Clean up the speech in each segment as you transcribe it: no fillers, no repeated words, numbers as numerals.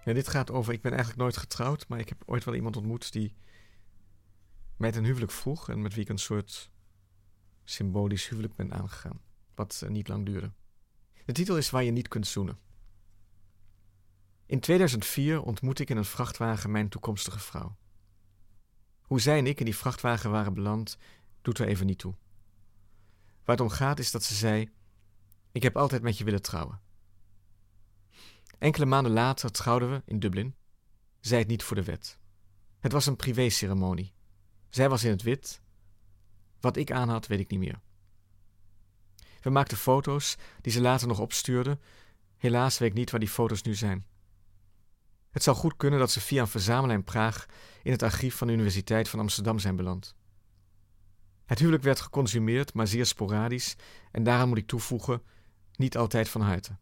Ja, dit gaat over, ik ben eigenlijk nooit getrouwd, maar ik heb ooit wel iemand ontmoet die mij ten huwelijk vroeg en met wie ik een soort symbolisch huwelijk ben aangegaan, wat niet lang duurde. De titel is Waar je niet kunt zoenen. In 2004 ontmoette ik in een vrachtwagen mijn toekomstige vrouw. Hoe zij en ik in die vrachtwagen waren beland, doet er even niet toe. Waar het om gaat is dat ze zei: ik heb altijd met je willen trouwen. Enkele maanden later trouwden we in Dublin. Zij het niet voor de wet. Het was een privéceremonie. Zij was in het wit. Wat ik aan had, weet ik niet meer. We maakten foto's die ze later nog opstuurde. Helaas weet ik niet waar die foto's nu zijn. Het zou goed kunnen dat ze via een verzamelaar in Praag in het archief van de Universiteit van Amsterdam zijn beland. Het huwelijk werd geconsumeerd, maar zeer sporadisch, en daaraan moet ik toevoegen, niet altijd van harte.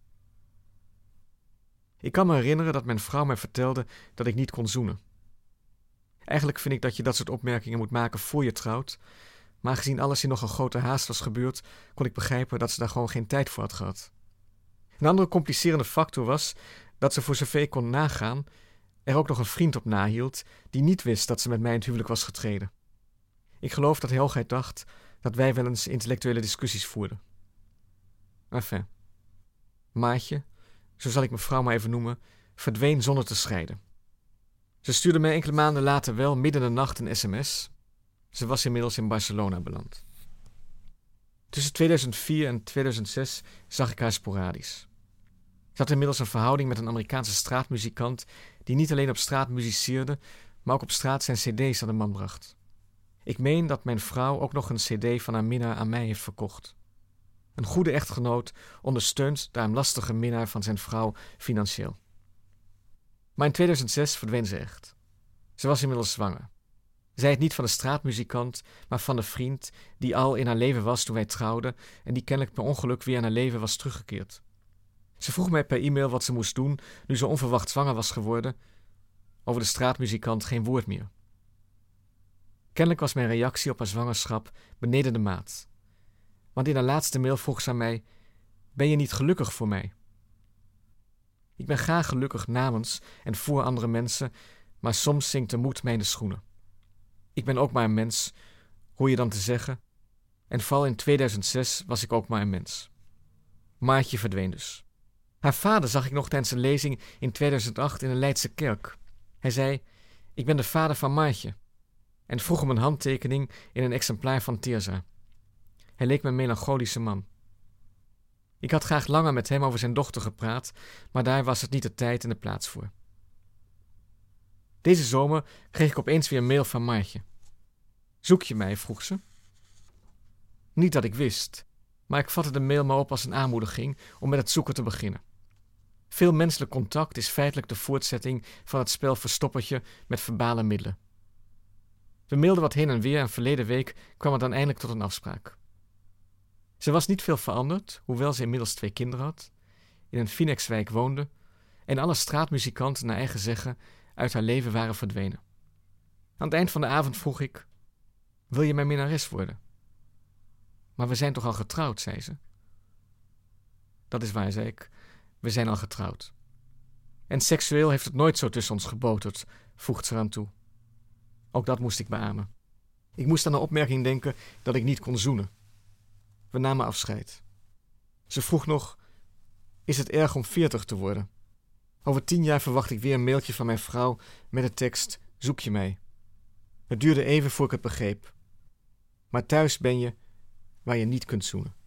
Ik kan me herinneren dat mijn vrouw mij vertelde dat ik niet kon zoenen. Eigenlijk vind ik dat je dat soort opmerkingen moet maken voor je trouwt, maar aangezien alles in nog een grote haast was gebeurd, kon ik begrijpen dat ze daar gewoon geen tijd voor had gehad. Een andere complicerende factor was dat ze, voor zover ik kon nagaan, er ook nog een vriend op nahield die niet wist dat ze met mij in het huwelijk was getreden. Ik geloof dat hij hooguit dacht dat wij wel eens intellectuele discussies voerden. Enfin, Maartje, zo zal ik mijn vrouw maar even noemen, verdween zonder te scheiden. Ze stuurde mij enkele maanden later wel midden in de nacht een sms. Ze was inmiddels in Barcelona beland. Tussen 2004 en 2006 zag ik haar sporadisch. Ze had inmiddels een verhouding met een Amerikaanse straatmuzikant die niet alleen op straat muziceerde, maar ook op straat zijn cd's aan de man bracht. Ik meen dat mijn vrouw ook nog een cd van haar minnaar aan mij heeft verkocht. Een goede echtgenoot ondersteunt de armlastige minnaar van zijn vrouw financieel. Maar in 2006 verdween ze echt. Ze was inmiddels zwanger. Zij het niet van de straatmuzikant, maar van de vriend die al in haar leven was toen wij trouwden en die kennelijk per ongeluk weer in haar leven was teruggekeerd. Ze vroeg mij per e-mail wat ze moest doen nu ze onverwacht zwanger was geworden. Over de straatmuzikant geen woord meer. Kennelijk was mijn reactie op haar zwangerschap beneden de maat. Want in haar laatste mail vroeg ze aan mij: ben je niet gelukkig voor mij? Ik ben graag gelukkig namens en voor andere mensen, maar soms zinkt de moed mij in de schoenen. Ik ben ook maar een mens, hoor je dan te zeggen, en vooral in 2006 was ik ook maar een mens. Maartje verdween dus. Haar vader zag ik nog tijdens een lezing in 2008 in een Leidse kerk. Hij zei: ik ben de vader van Maartje, en vroeg om een handtekening in een exemplaar van Teersa. Hij leek me een melancholische man. Ik had graag langer met hem over zijn dochter gepraat, maar daar was het niet de tijd en de plaats voor. Deze zomer kreeg ik opeens weer een mail van Maartje. Zoek je mij? Vroeg ze. Niet dat ik wist, maar ik vatte de mail maar op als een aanmoediging om met het zoeken te beginnen. Veel menselijk contact is feitelijk de voortzetting van het spel verstoppertje met verbale middelen. We mailden wat heen en weer en verleden week kwam het dan eindelijk tot een afspraak. Ze was niet veel veranderd, hoewel ze inmiddels 2 kinderen had, in een Phoenixwijk woonde en alle straatmuzikanten naar eigen zeggen uit haar leven waren verdwenen. Aan het eind van de avond vroeg ik: wil je mijn minnares worden? Maar we zijn toch al getrouwd, zei ze. Dat is waar, zei ik. We zijn al getrouwd. En seksueel heeft het nooit zo tussen ons geboterd, voegt ze eraan toe. Ook dat moest ik beamen. Ik moest aan de opmerking denken dat ik niet kon zoenen. We namen afscheid. Ze vroeg nog: is het erg om 40 te worden? Over 10 jaar verwacht ik weer een mailtje van mijn vrouw met de tekst: zoek je mij? Het duurde even voor ik het begreep. Maar thuis ben je waar je niet kunt zoenen.